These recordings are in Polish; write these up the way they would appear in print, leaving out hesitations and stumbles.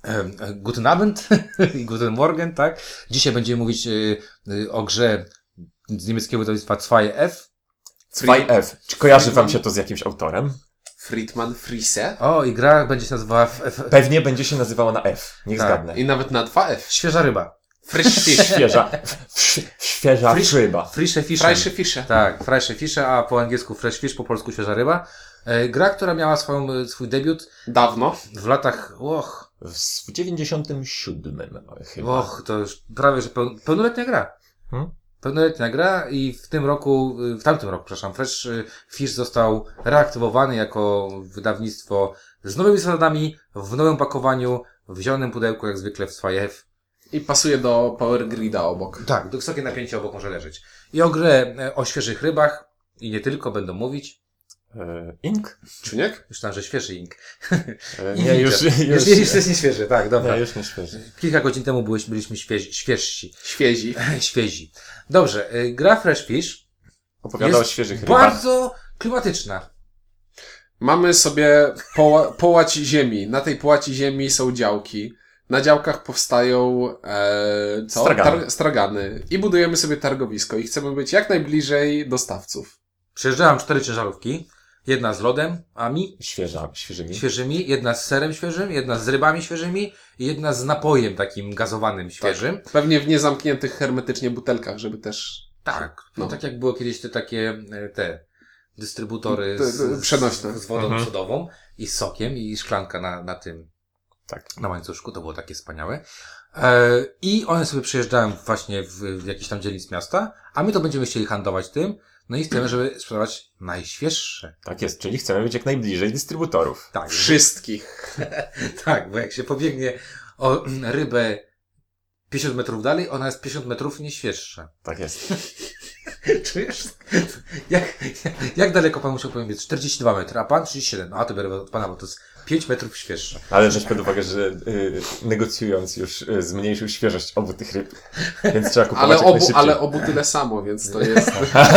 Guten Abend i Guten Morgen, tak? Dzisiaj będziemy mówić o grze z niemieckiego wydawnictwa 2F. 2F. Czy kojarzy wam się to z jakimś autorem? Friedman Friese. O, i gra będzie się nazywała Pewnie będzie się nazywała na F. Niech zgadnę. I nawet na 2F. Świeża ryba. Frisch Fish. Świeża ryba. Frische Fische. Frische Fische. Tak, Frische Fische, a po angielsku Fresh Fish, po polsku świeża ryba. Gra, która miała swój debiut Dawno. w latach, W 97 chyba. to już prawie, że pełnoletnia gra. Pełnoletnia gra i w tamtym roku, Fresh Fish został reaktywowany jako wydawnictwo z nowymi zasadami, w nowym pakowaniu, w zielonym pudełku, jak zwykle w 2F. I pasuje do Power Grida obok. Tak, do wysokie napięcie obok może leżeć. I o grę o świeżych rybach i nie tylko będą mówić. Ink? Czuniek? Myślałem, że świeży ink. Nie, już jest nie świeży, tak, dobra. Nie, już nie świeży. Kilka godzin temu byliśmy świeżsi. Świezi. Dobrze, gra Fresh Fish Opowiada o świeżych rybach. bardzo klimatyczna. Mamy sobie połać ziemi. Na tej połaci ziemi są działki. Na działkach powstają stragany. I budujemy sobie targowisko. I chcemy być jak najbliżej dostawców. Przejeżdżałem 4 ciężarówki. Jedna z lodem, świeżymi, jedna z serem świeżym, jedna z rybami świeżymi i jedna z napojem takim gazowanym świeżym. Tak. Pewnie w niezamkniętych hermetycznie butelkach, żeby też... Tak, tak jak było kiedyś te dystrybutory przenośne z wodą sodową i z sokiem i szklanka na tym, na łańcuszku, to było takie wspaniałe. I one sobie przyjeżdżają właśnie w jakiś tam dzielnic miasta, a my to będziemy chcieli handlować tym, no i chcemy, żeby sprzedawać najświeższe. Tak jest, czyli chcemy być jak najbliżej dystrybutorów. Tak. Wszystkich. Tak, bo jak się pobiegnie o rybę 50 metrów dalej, ona jest 50 metrów nieświeższa. Tak jest. Czujesz? Jak daleko pan musiał powiedzieć? 42 metry, a pan 37. A to biorę od pana, bo to jest 5 metrów świeższa. Ale weź pod uwagę, że negocjując już zmniejszył świeżość obu tych ryb, więc trzeba kupować ale obu tyle samo, więc to jest...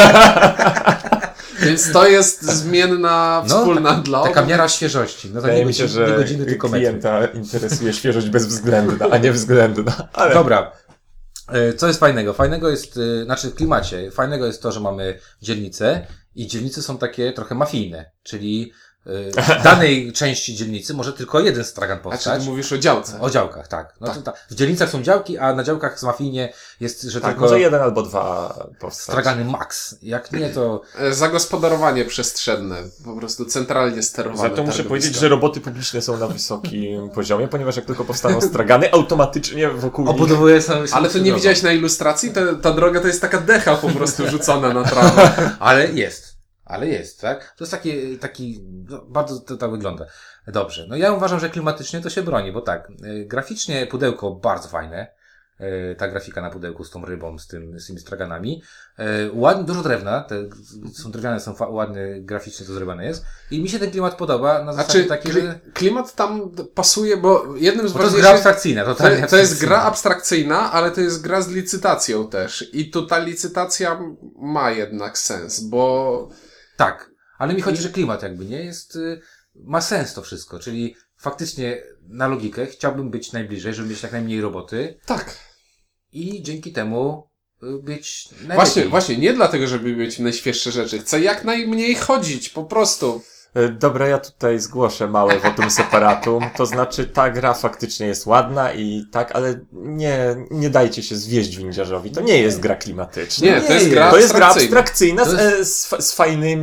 Więc to jest zmienna wspólna dla obu. Taka miara świeżości. No to wydaje mi się, że nie godziny, tylko klienta interesuje świeżość bezwzględna, a nie względna. Ale... Dobra. Co jest fajnego? Fajnego jest, w klimacie, fajnego jest to, że mamy dzielnice i dzielnice są takie trochę mafijne, czyli w danej części dzielnicy może tylko jeden stragan powstać. A czy ty mówisz o działce? O działkach, tak. No tak. To, w dzielnicach są działki, a na działkach z mafijnie jest, że tylko... może jeden albo dwa powstać. Stragany max. Jak nie, to... Zagospodarowanie przestrzenne. Po prostu centralnie sterowane. Za to muszę powiedzieć, że roboty publiczne są na wysokim poziomie, ponieważ jak tylko powstaną stragany, automatycznie wokół obudowuje są ale to nie widziałeś na ilustracji? Ta droga to jest taka decha po prostu rzucona na trawę. Ale jest, tak? To jest taki bardzo to tak wygląda. Dobrze. No ja uważam, że klimatycznie to się broni, bo tak, graficznie pudełko bardzo fajne. Ta grafika na pudełku z tą rybą, z tymi straganami. Ładnie, dużo drewna, są drewniane, są ładnie graficznie to zrobione jest. I mi się ten klimat podoba na zasadzie takiej, że... Klimat tam pasuje, bo jednym z to jest gra abstrakcyjna, totalnie to jest gra abstrakcyjna, ale to jest gra z licytacją też. I tu ta licytacja ma jednak sens, bo... Tak, ale mi chodzi, że klimat jakby nie jest, ma sens to wszystko, czyli faktycznie na logikę chciałbym być najbliżej, żeby mieć jak najmniej roboty. Tak. I dzięki temu być najlepiej. Właśnie, nie dlatego, żeby mieć najświeższe rzeczy. Chcę jak najmniej chodzić, po prostu. Dobra, ja tutaj zgłoszę małe votum separatum. To znaczy, ta gra faktycznie jest ładna i tak, ale nie dajcie się zwieść windziarzowi. To nie jest gra klimatyczna. Nie, to jest gra abstrakcyjna z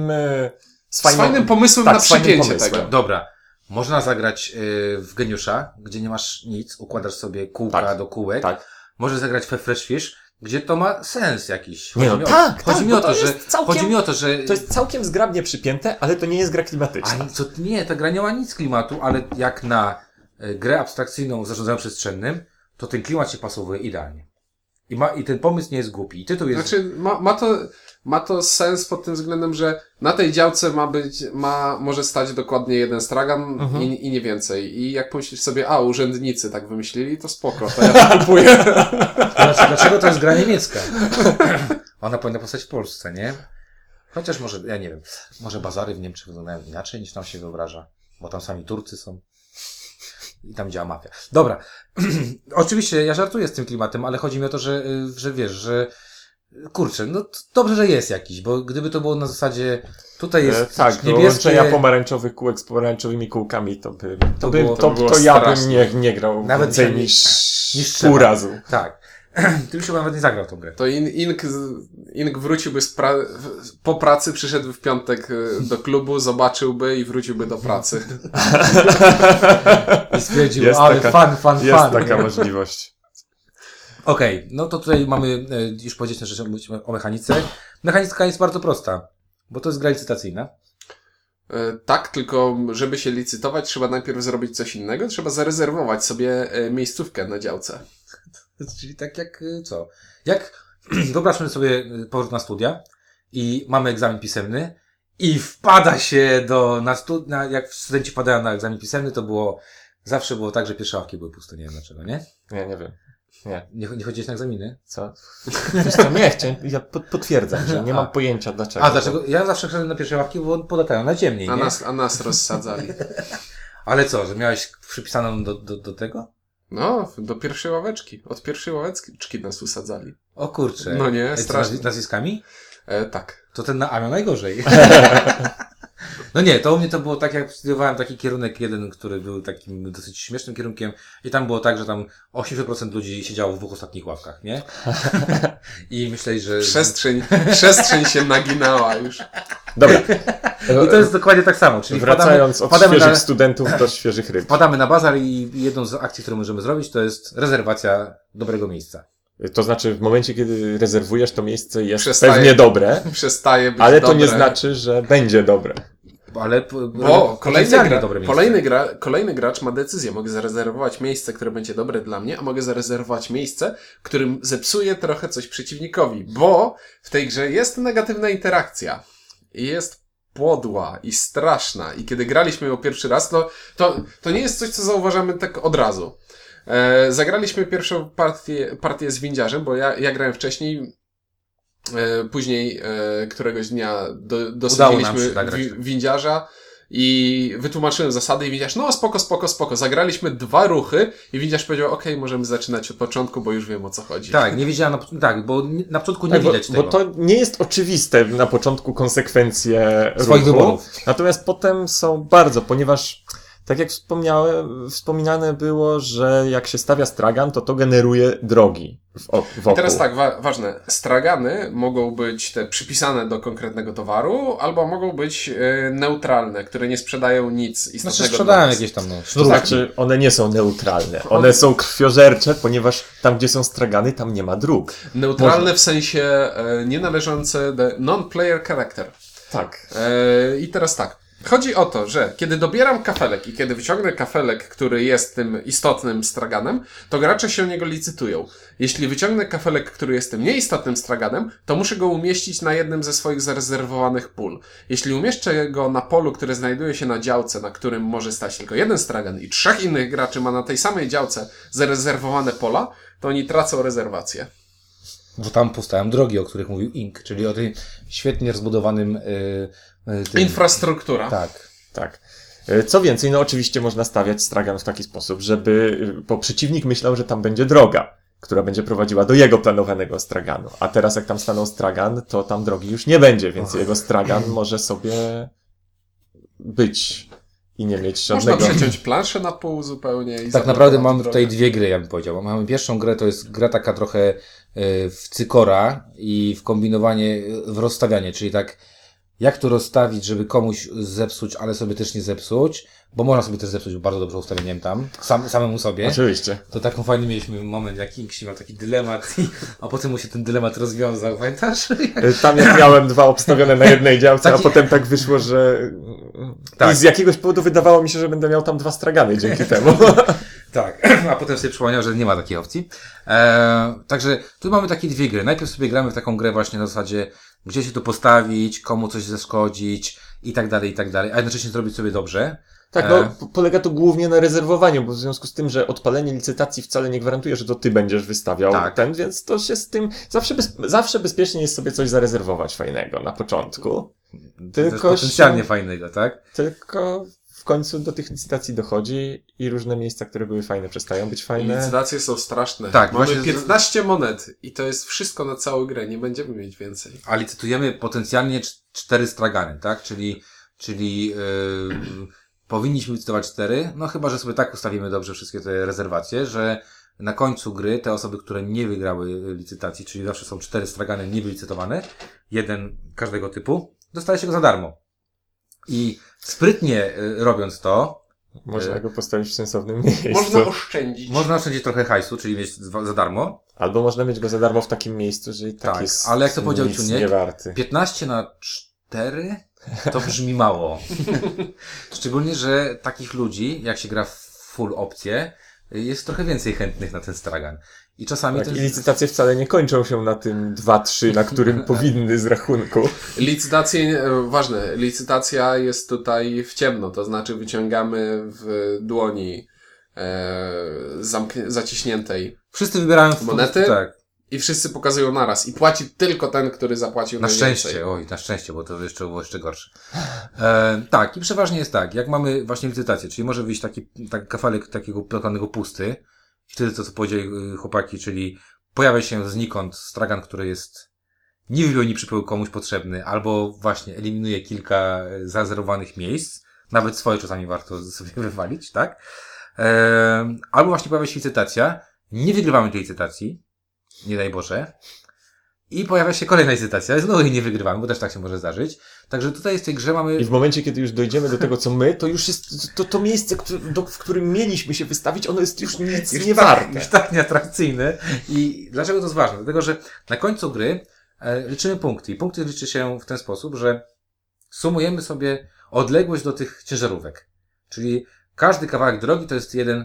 fajnym pomysłem na przypięcie tego. Dobra. Można zagrać w Geniusza, gdzie nie masz nic, układasz sobie kółka do kółek. Tak. Możesz zagrać we Fresh Fish, gdzie to ma sens jakiś. Chodzi mi o to, że... To jest całkiem zgrabnie przypięte, ale to nie jest gra klimatyczna. Ta gra nie ma nic klimatu, ale jak na grę abstrakcyjną w zarządzaniu przestrzennym, to ten klimat się pasowuje idealnie. I ten pomysł nie jest głupi. I tytuł jest... Znaczy, ma to sens pod tym względem, że na tej działce może stać dokładnie jeden stragan i nie więcej. I jak pomyślisz sobie, urzędnicy tak wymyślili, to spoko, to ja to kupuję. Dlaczego to jest gra niemiecka? Ona powinna powstać w Polsce, nie? Chociaż może, ja nie wiem, może bazary w Niemczech wyglądają inaczej niż nam się wyobraża, bo tam sami Turcy są. I tam działa mafia. Dobra. Oczywiście ja żartuję z tym klimatem, ale chodzi mi o to, że wiesz, że kurczę, no dobrze, że jest jakiś, bo gdyby to było na zasadzie tutaj jest tak, niebieskie... łączenia pomarańczowych kółek z pomarańczowymi kółkami, to było ja bym straszne. nie grał Nawet więcej niż pół trzeba. razu. Tak. Ty już chyba nawet nie zagrał w tą grę. To Ink wróciłby po pracy, przyszedł w piątek do klubu, zobaczyłby i wróciłby do pracy. I stwierdził, Jest ale taka- fan. Jest taka możliwość. Okej, no to tutaj mamy już powiedzieć rzeczy o mechanice. Mechanika jest bardzo prosta, bo to jest gra licytacyjna. Tak, tylko żeby się licytować, trzeba najpierw zrobić coś innego. Trzeba zarezerwować sobie miejscówkę na działce. Czyli tak jak co? Jak wyobraźmy sobie powrót na studia i mamy egzamin pisemny i wpada się jak studenci wpadają na egzamin pisemny, to zawsze było tak, że pierwsze ławki były puste, nie wiem dlaczego, nie? Nie wiem. Nie chodziłeś na egzaminy? Co? Wiesz co, nie chciałem, ja potwierdzam, że nie mam pojęcia dlaczego. A dlaczego? Ja zawsze szedłem na pierwsze ławki, bo podatają na ciemniej, nie? A nas rozsadzali. Ale co, że miałeś przypisaną do tego? No, do pierwszej ławeczki. Od pierwszej ławeczki nas usadzali. O kurczę. No nie, strasznie. Z nazwiskami? Tak. To ten na A miał najgorzej. No nie, to u mnie to było tak, jak studiowałem taki kierunek jeden, który był takim dosyć śmiesznym kierunkiem i tam było tak, że tam 80% ludzi siedziało w dwóch ostatnich ławkach, nie? I myśleli, że... Przestrzeń się naginała już. Dobra. I to jest dokładnie tak samo, czyli Wracając od świeżych studentów do świeżych ryb. wpadamy na bazar i jedną z akcji, którą możemy zrobić, to jest rezerwacja dobrego miejsca. To znaczy, w momencie, kiedy rezerwujesz, to miejsce jest Przestaje- pewnie dobre, Przestaje być ale dobre. to nie znaczy, że będzie dobre. Ale Bo dobre miejsce. kolejny gracz ma decyzję. Mogę zarezerwować miejsce, które będzie dobre dla mnie, a mogę zarezerwować miejsce, w którym zepsuję trochę coś przeciwnikowi. Bo w tej grze jest negatywna interakcja. I jest podła i straszna. I kiedy graliśmy ją pierwszy raz, to nie jest coś, co zauważamy tak od razu. Zagraliśmy pierwszą partię z windziarzem, bo ja grałem wcześniej. Później któregoś dnia dosadziliśmy windziarza i wytłumaczyłem zasady i windziarz, no spoko. Zagraliśmy 2 ruchy i windziarz powiedział, okej, możemy zaczynać od początku, bo już wiem o co chodzi. Tak, nie wiedziałem, bo na początku nie widać tego. Bo to nie jest oczywiste na początku konsekwencje swoich ruchu, wyborów. Natomiast potem są bardzo, ponieważ tak jak wspominane było, że jak się stawia stragan, to generuje drogi wokół. I teraz tak, ważne. Stragany mogą być te przypisane do konkretnego towaru, albo mogą być neutralne, które nie sprzedają nic istotnego. Znaczy sprzedają jakieś tam To znaczy, one nie są neutralne. One są krwiożercze, ponieważ tam, gdzie są stragany, tam nie ma dróg. Neutralne w sensie nie należące do non-player character. Tak. I teraz tak. Chodzi o to, że kiedy dobieram kafelek i kiedy wyciągnę kafelek, który jest tym istotnym straganem, to gracze się o niego licytują. Jeśli wyciągnę kafelek, który jest tym nieistotnym straganem, to muszę go umieścić na jednym ze swoich zarezerwowanych pól. Jeśli umieszczę go na polu, które znajduje się na działce, na którym może stać tylko jeden stragan i 3 innych graczy ma na tej samej działce zarezerwowane pola, to oni tracą rezerwację. Bo tam powstają drogi, o których mówił Ink, czyli o tym świetnie rozbudowanym... Infrastruktura. Tak. Co więcej, no oczywiście można stawiać stragan w taki sposób, bo przeciwnik myślał, że tam będzie droga, która będzie prowadziła do jego planowanego straganu. A teraz jak tam stanął stragan, to tam drogi już nie będzie, więc jego stragan może sobie być i nie mieć żadnego... Można przeciąć planszę na pół zupełnie. I tak naprawdę mamy tutaj 2 gry, ja bym powiedział. Mamy pierwszą grę, to jest gra taka trochę w cykora i w kombinowanie, w rozstawianie, czyli tak jak to rozstawić, żeby komuś zepsuć, ale sobie też nie zepsuć, bo można sobie też zepsuć bardzo dobrze ustawieniem tam, samemu sobie. Oczywiście. To taką fajny mieliśmy moment, jak Ink miał taki dylemat, a potem mu się ten dylemat rozwiązał, pamiętasz? Tam jak miałem 2 obstawione na jednej działce, a potem tak wyszło, że tak. I z jakiegoś powodu wydawało mi się, że będę miał tam 2 stragany dzięki temu. Tak, a potem sobie przypomniał, że nie ma takiej opcji. Także tu mamy takie 2 gry. Najpierw sobie gramy w taką grę właśnie na zasadzie, gdzie się tu postawić, komu coś zaszkodzić i tak dalej, a jednocześnie zrobić sobie dobrze. Tak, no polega to głównie na rezerwowaniu, bo w związku z tym, że odpalenie licytacji wcale nie gwarantuje, że to ty będziesz wystawiał więc to się z tym... Zawsze bezpiecznie jest sobie coś zarezerwować fajnego na początku. Tylko potencjalnie fajnego, tak? Tylko w końcu do tych licytacji dochodzi i różne miejsca, które były fajne, przestają być fajne. Licytacje są straszne. Tak, mamy właśnie 15 monet i to jest wszystko na całą grę, nie będziemy mieć więcej. A licytujemy potencjalnie 4 stragany, tak? Czyli powinniśmy licytować 4, no chyba, że sobie tak ustawimy dobrze wszystkie te rezerwacje, że na końcu gry te osoby, które nie wygrały licytacji, czyli zawsze są 4 stragany niewylicytowane, jeden każdego typu, dostaje się go za darmo. I sprytnie robiąc to, Można go postawić w sensownym miejscu. Można oszczędzić. można oszczędzić trochę hajsu, czyli mieć za darmo. Albo można mieć go za darmo w takim miejscu, że i tak, Tak, jest ale jak to powiedział nic Ciuniek, nie warty. 15 na 4 to brzmi mało. Szczególnie, że takich ludzi, jak się gra w full opcję, jest trochę więcej chętnych na ten stragan. I czasami Tak, i licytacje wcale nie kończą się na tym 2-3, na którym powinny z rachunku. Licytacje, ważne, licytacja jest tutaj w ciemno, to znaczy wyciągamy w dłoni zaciśniętej wszyscy wybierają monety. Tak. I wszyscy pokazują naraz. I płaci tylko ten, który zapłacił Na najwięcej. szczęście, na szczęście, bo to jeszcze było jeszcze gorsze. Tak, i przeważnie jest tak, jak mamy właśnie licytację, czyli może wyjść taki kafelek takiego plakanego pusty, i wtedy to, co powiedzieli chłopaki, czyli pojawia się znikąd stragan, który jest nie wypełni przypływu komuś potrzebny, albo właśnie eliminuje kilka zarezerwowanych miejsc, nawet swoje czasami warto sobie wywalić, tak? Albo właśnie pojawia się licytacja, nie wygrywamy tej licytacji, nie daj Boże. I pojawia się kolejna licytacja, znowu jej nie wygrywamy, bo też tak się może zdarzyć. Także tutaj w tej grze mamy... I w momencie, kiedy już dojdziemy do tego, co my, to już jest to miejsce, w którym mieliśmy się wystawić, ono jest już nic nie warte. Już tak nieatrakcyjne. I dlaczego to jest ważne? Dlatego, że na końcu gry liczymy punkty. I punkty liczy się w ten sposób, że sumujemy sobie odległość do tych ciężarówek. Czyli każdy kawałek drogi to jest jeden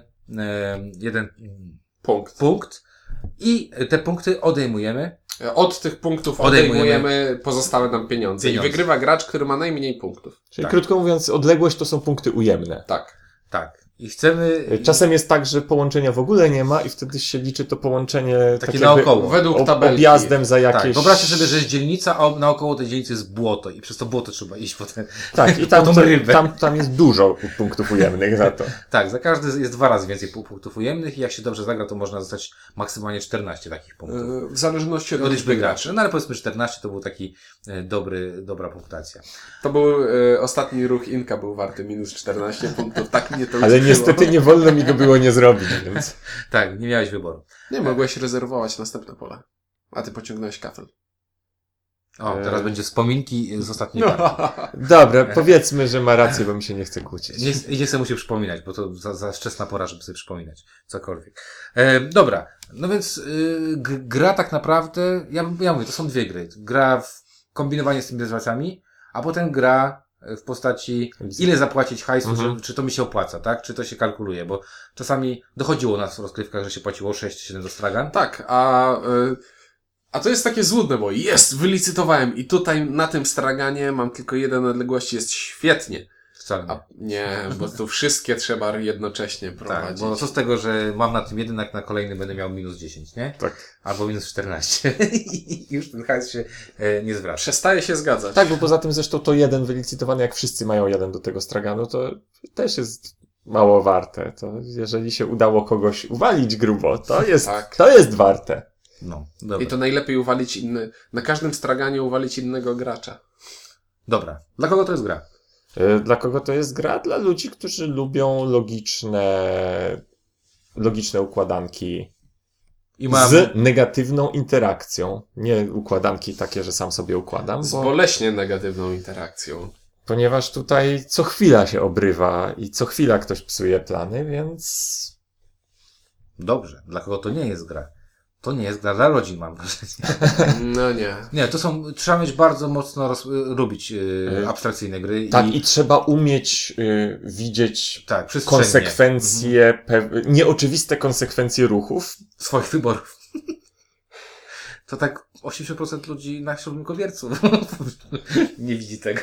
punkt. I te punkty odejmujemy. Od tych punktów odejmujemy pozostałe nam pieniądze. I wygrywa gracz, który ma najmniej punktów. Czyli krótko mówiąc, odległość to są punkty ujemne. Tak. I chcemy... Czasem jest tak, że połączenia w ogóle nie ma i wtedy się liczy to połączenie takie naokoło. Według tabelki. Objazdem za jakieś... Tak, wyobraźcie sobie, że jest dzielnica, a naokoło tej dzielnicy jest błoto i przez to błoto trzeba iść potem. Tak, i tam jest dużo punktów ujemnych za to. Tak, za każdy jest 2 razy więcej punktów ujemnych i jak się dobrze zagra, to można dostać maksymalnie 14 takich punktów. W zależności od liczby graczy. No ale powiedzmy 14 to był taki dobra punktacja. To był ostatni ruch Inka był warty minus 14 punktów. Tak mnie to ale niestety nie wolno mi go było nie zrobić, więc... Tak, nie miałeś wyboru. Nie, mogłeś rezerwować następne pole. A ty pociągnąłeś kafel. O, teraz będzie wspominki z ostatniej partii. Dobra, powiedzmy, że ma rację, bo mi się nie chce kłócić. Nie chcę mu się przypominać, bo to za wczesna pora, żeby sobie przypominać cokolwiek. Dobra, no więc gra tak naprawdę, ja mówię, to są 2 gry. Gra w kombinowanie z tymi rezerwacjami, a potem gra w postaci ile zapłacić hajsu, czy to mi się opłaca, tak? Czy to się kalkuluje, bo czasami dochodziło nas w rozgrywkach, że się płaciło 6-7 do stragan. Tak, a to jest takie złudne, bo wylicytowałem i tutaj na tym straganie mam tylko 1 odległości, jest świetnie. Wcale nie. Nie, bo tu wszystkie trzeba jednocześnie prowadzić. Tak, bo co z tego, że mam na tym 1, jak na kolejnym będę miał minus 10, nie? Tak. Albo minus 14. I już ten hajs się nie zwraca. Przestaje się zgadzać. Tak, bo poza tym zresztą to 1 wylicytowany, jak wszyscy mają 1 do tego straganu, to też jest mało warte. To jeżeli się udało kogoś uwalić grubo, to jest warte. No, dobra. I to najlepiej uwalić na każdym straganie uwalić innego gracza. Dobra. Dla kogo to jest gra? Dla kogo to jest gra? Dla ludzi, którzy lubią logiczne układanki z negatywną interakcją. Nie układanki takie, że sam sobie układam. Z boleśnie negatywną interakcją. Ponieważ tutaj co chwila się obrywa i co chwila ktoś psuje plany, więc... Dobrze. Dla kogo to nie jest gra? To nie jest gra dla rodzin, mam wrażenie. No nie. Nie, trzeba mieć bardzo mocno lubić abstrakcyjne gry. Tak, i trzeba umieć widzieć konsekwencje, nieoczywiste konsekwencje ruchów. Swoich wyborów. To tak 80% ludzi na śródmykowiercu nie widzi tego.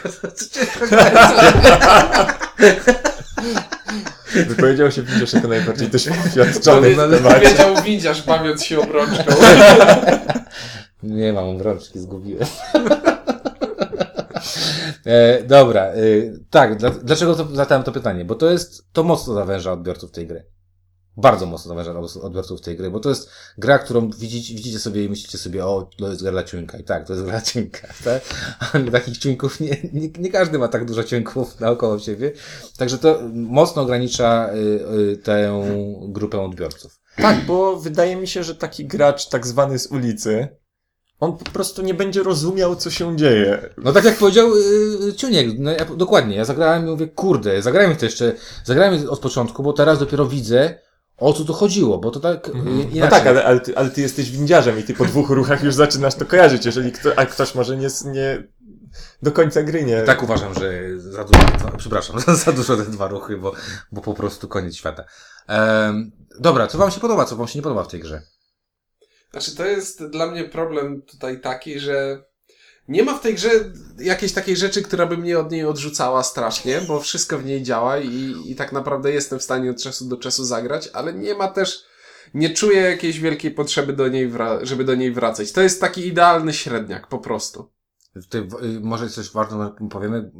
Wypowiedział się Windziarz jako najbardziej doświadczony w temacie. Powiedział Windziarz, bawiąc się obrączką. Nie mam obrączki, zgubiłem. Dobra, tak, dlaczego zadałem to pytanie? Bo to mocno zawęża odbiorców tej gry. Bardzo mocno zawęża odbiorców tej gry, bo to jest gra, którą widzicie sobie i myślicie sobie, o, to jest gra dla ciuńka. I tak, to jest gra dla ciuńka, tak? Ale takich ciuńków nie każdy ma tak dużo ciuńków naokoło siebie. Także to mocno ogranicza tę grupę odbiorców. Tak, bo wydaje mi się, że taki gracz tak zwany z ulicy, on po prostu nie będzie rozumiał, co się dzieje. No tak jak powiedział Ciuniek, no dokładnie, ja zagrałem i mówię, kurde, zagrałem od początku, bo teraz dopiero widzę, o co tu chodziło, bo to tak inaczej. No tak, ale ty jesteś windziarzem i ty po 2 ruchach już zaczynasz to kojarzyć, jeżeli ktoś może nie do końca gry nie... Tak uważam, że za dużo, przepraszam, za dużo te 2 ruchy, bo po prostu koniec świata. Dobra, co wam się podoba, co wam się nie podoba w tej grze? Znaczy, to jest dla mnie problem tutaj taki, że nie ma w tej grze jakiejś takiej rzeczy, która by mnie od niej odrzucała strasznie, bo wszystko w niej działa i tak naprawdę jestem w stanie od czasu do czasu zagrać, ale nie ma też, nie czuję jakiejś wielkiej potrzeby żeby do niej wracać. To jest taki idealny średniak, po prostu. Może coś warto powiemy,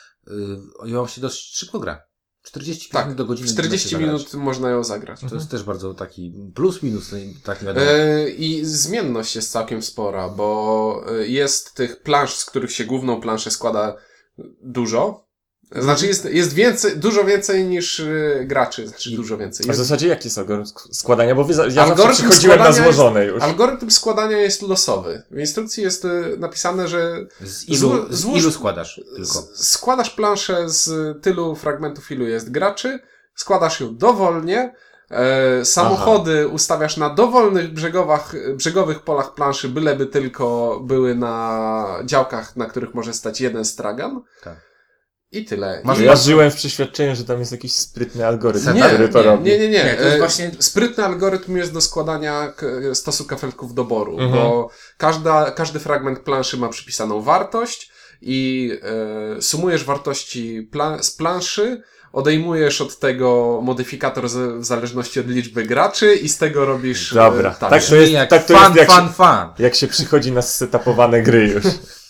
ją się dość szybko gra. 45 Tak, minut do godziny. 40 minut można ją zagrać. To jest też bardzo taki plus minus, tak nie wiadomo. I zmienność jest całkiem spora, bo jest tych plansz, z których się główną planszę składa dużo. Znaczy jest dużo więcej niż graczy, znaczy dużo więcej. A w zasadzie jaki jest algorytm składania? Bo ja zawsze Algorytm przychodziłem na złożone już. Algorytm składania jest losowy. W instrukcji jest napisane, że Z ilu składasz tylko? Składasz planszę z tylu fragmentów, ilu jest graczy, składasz ją dowolnie, samochody ustawiasz na dowolnych brzegowych polach planszy, byleby tylko były na działkach, na których może stać jeden stragan. Tak. I tyle. Ja żyłem w przeświadczeniu, że tam jest jakiś sprytny algorytm, który to robi. Nie. To jest właśnie... Sprytny algorytm jest do składania stosu kafelków doboru, bo każdy fragment planszy ma przypisaną wartość i sumujesz wartości z planszy, odejmujesz od tego modyfikator w zależności od liczby graczy i z tego robisz... Dobra, tak. to jest Fun. Jak się przychodzi na zsetapowane gry już.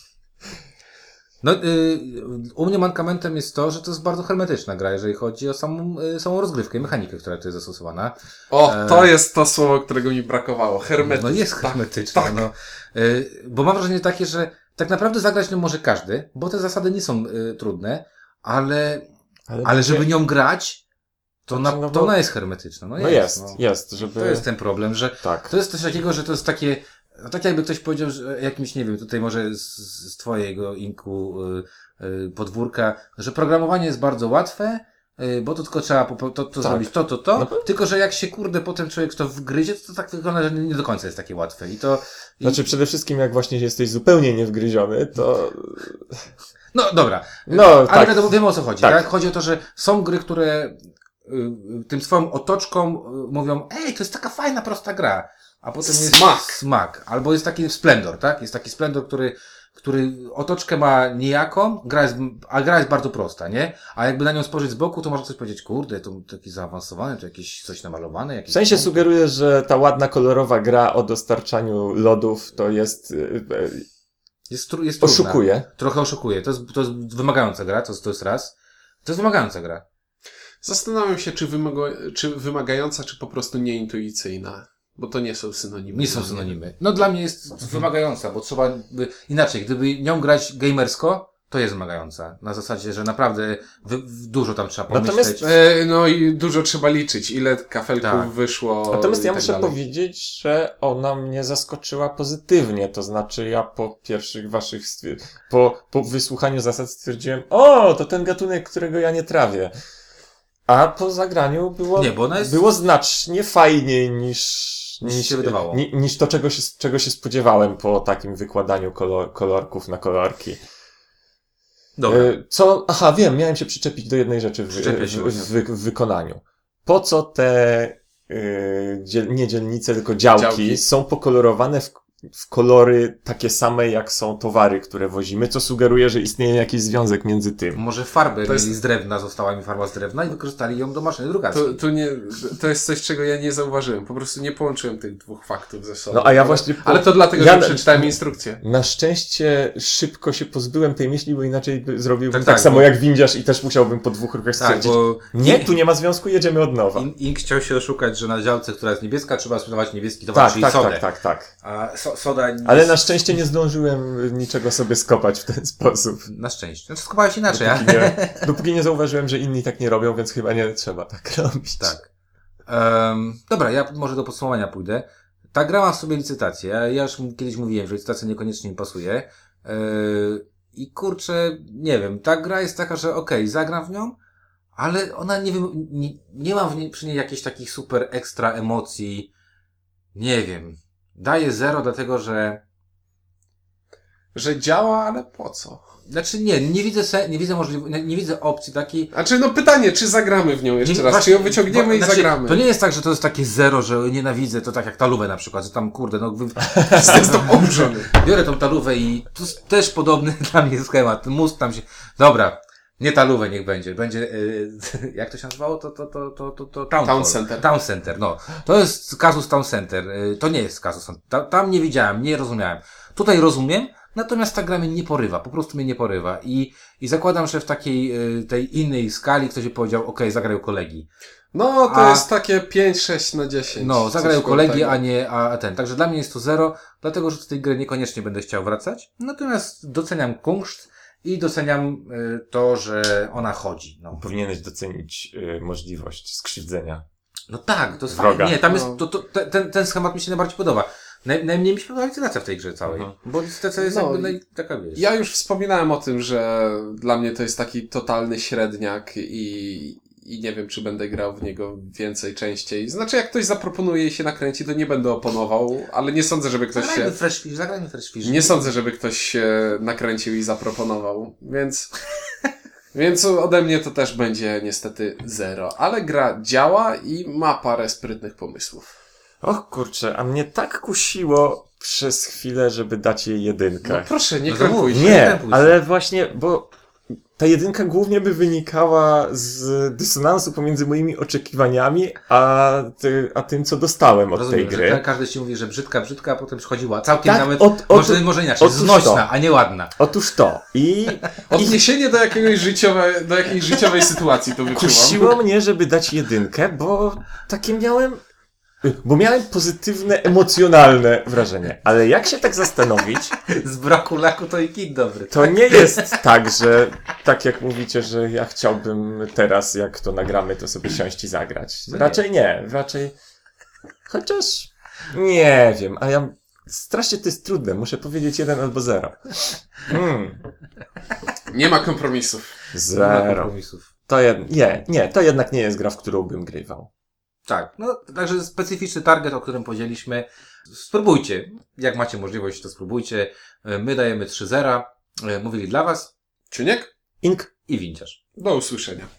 No, u mnie mankamentem jest to, że to jest bardzo hermetyczna gra, jeżeli chodzi o samą rozgrywkę i mechanikę, która tu jest zastosowana. To jest to słowo, którego mi brakowało. Hermetyczna. No jest hermetyczna, tak. no. Bo mam wrażenie takie, że tak naprawdę zagrać nią może każdy, bo te zasady nie są trudne, ale żeby nią grać, to ona jest hermetyczna. No jest, żeby... To jest ten problem, że tak. To jest coś takiego, że to jest takie, no tak jakby ktoś powiedział, że jakimś, nie wiem, tutaj może z twojego inku podwórka, że programowanie jest bardzo łatwe, bo to tylko trzeba zrobić to. No, tylko, że jak się potem człowiek to wgryzie, to tak wygląda, że nie do końca jest takie łatwe. Znaczy przede wszystkim jak właśnie jesteś zupełnie niewgryziony, to... No dobra, ale tak. Wiemy o co chodzi, tak? Chodzi o to, że są gry, które tym swoją otoczką mówią, ej, to jest taka fajna, prosta gra. A potem jest smak. Albo jest taki splendor, tak? Jest taki splendor, który otoczkę ma nijaką, a gra jest bardzo prosta, nie? A jakby na nią spojrzeć z boku, to można coś powiedzieć, kurde, to taki zaawansowany, to jakieś coś namalowane. W sensie sugeruję, że ta ładna, kolorowa gra o dostarczaniu lodów to jest jest oszukuje. Trochę oszukuje. To jest wymagająca gra, to jest raz. To jest wymagająca gra. Zastanawiam się, czy wymagająca, czy po prostu nieintuicyjna. Bo to nie są synonimy. Nie są synonimy. No dla mnie jest wymagająca, bo trzeba inaczej. Gdyby nią grać gamersko, to jest wymagająca. Na zasadzie, że naprawdę dużo tam trzeba pomyśleć. Natomiast, no i dużo trzeba liczyć, ile kafelków wyszło. Natomiast ja muszę powiedzieć, że ona mnie zaskoczyła pozytywnie. To znaczy ja po pierwszych waszych po wysłuchaniu zasad stwierdziłem, to ten gatunek, którego ja nie trawię. A po zagraniu było znacznie fajniej niż się wydawało. Niż to, czego się spodziewałem po takim wykładaniu kolorków na kolorki. Dobra. Wiem, miałem się przyczepić do jednej rzeczy w wykonaniu. Po co te nie dzielnice, tylko działki są pokolorowane w kolory takie same, jak są towary, które wozimy, co sugeruje, że istnieje jakiś związek między tym. Może farbę To jest- mieli z drewna, została mi farba z drewna i wykorzystali ją do maszyny drukarskiej. To jest coś, czego ja nie zauważyłem. Po prostu nie połączyłem tych dwóch faktów ze sobą. No a ja właśnie... Ale to dlatego, że przeczytałem instrukcję. Na szczęście szybko się pozbyłem tej myśli, bo inaczej zrobiłbym Tak, tak tak, samo bo- jak windiarz i też musiałbym po 2 rokach Tak, stwierdzić, bo nie, tu nie ma związku, jedziemy od nowa. Ink chciał się oszukać, że na działce, która jest niebieska, trzeba sprzedawać niebieski towar, Tak, czyli tak, sodę. tak. A soda nie Ale jest... na szczęście nie zdążyłem niczego sobie skopać w ten sposób. Na szczęście. Znaczy skopałeś inaczej, Dopóki nie zauważyłem, że inni tak nie robią, więc chyba nie trzeba tak robić. Tak. Dobra, ja może do podsumowania pójdę. Ta gra ma w sobie licytację. Ja już kiedyś mówiłem, że licytacja niekoniecznie mi pasuje. I kurczę, nie wiem, ta gra jest taka, że okej, zagram w nią, ale ona nie ma przy niej jakichś takich super ekstra emocji. Nie wiem. Daję 0 dlatego, że Że działa, ale po co? znaczy nie widzę opcji takiej. Znaczy, no pytanie, czy zagramy w nią jeszcze Nie, raz? właśnie, Czy ją wyciągniemy i znaczy, zagramy? To nie jest tak, że to jest takie 0, że nienawidzę, to tak jak talówę na przykład, że tam kurde, no Jestem oburzony. biorę tą talówę i to jest też podobny dla mnie schemat. Mózg tam się, dobra, nie talówę niech będzie, jak to się nazywało? To Town Center. Town Center, no. To jest kazus Town Center, to nie jest kazus, tam nie widziałem, nie rozumiałem. Tutaj rozumiem, natomiast ta gra mnie nie porywa, po prostu mnie nie porywa i zakładam, że w takiej, tej innej skali ktoś by powiedział, okej, zagrają kolegi. No, to jest takie 5-6 na 10. No, zagrają Coś koło kolegi, tego. a ten. Także dla mnie jest to 0, dlatego, że do tej gry niekoniecznie będę chciał wracać. Natomiast doceniam kunszt i doceniam to, że ona chodzi. No, Powinieneś docenić możliwość skrzywdzenia. no tak, to jest Wroga. fajne. Nie, tam jest, No. ten schemat mi się najbardziej podoba. Najmniej mi się podoba licytacja w tej grze całej. Bo licytacja jest No, jakby taka, wiesz. Ja już wspominałem o tym, że dla mnie to jest taki totalny średniak i nie wiem, czy będę grał w niego więcej, częściej. Znaczy, jak ktoś zaproponuje i się nakręci, to nie będę oponował, ale nie sądzę, żeby ktoś się... Zagrajmy Fresh Fish. Nie sądzę, żeby ktoś się nakręcił i zaproponował, więc ode mnie to też będzie niestety 0. Ale gra działa i ma parę sprytnych pomysłów. Och kurczę, a mnie tak kusiło przez chwilę, żeby dać jej 1. No proszę, nie No to krępuj się. Nie, krępuj się. ale właśnie, bo ta 1 głównie by wynikała z dysonansu pomiędzy moimi oczekiwaniami, a tym, co dostałem od Rozumiem, tej że gry. każdy ci mówi, że brzydka, a potem przychodziła całkiem Tak, nawet, może inaczej, otóż znośna, to. a nie ładna. Otóż to. I Odniesienie do jakiejś życiowej sytuacji to wyczułam. kusiło mnie, żeby dać 1, bo miałem pozytywne, emocjonalne wrażenie. Ale jak się tak zastanowić, Z braku laku to i kit dobry. to nie jest tak, że tak jak mówicie, że ja chciałbym teraz, jak to nagramy, to sobie siąść i zagrać. No nie. Raczej nie. Raczej... Chociaż... Nie wiem. A ja... Strasznie to jest trudne. Muszę powiedzieć 1 albo 0. Nie ma kompromisów. Nie ma 0. kompromisów. To jednak nie jest gra, w którą bym grywał. Tak, no także specyficzny target, o którym powiedzieliśmy. Spróbujcie. Jak macie możliwość, to spróbujcie. My dajemy 3-0. Mówili dla was Ciuniek? Ink. i Winciarz. Do usłyszenia.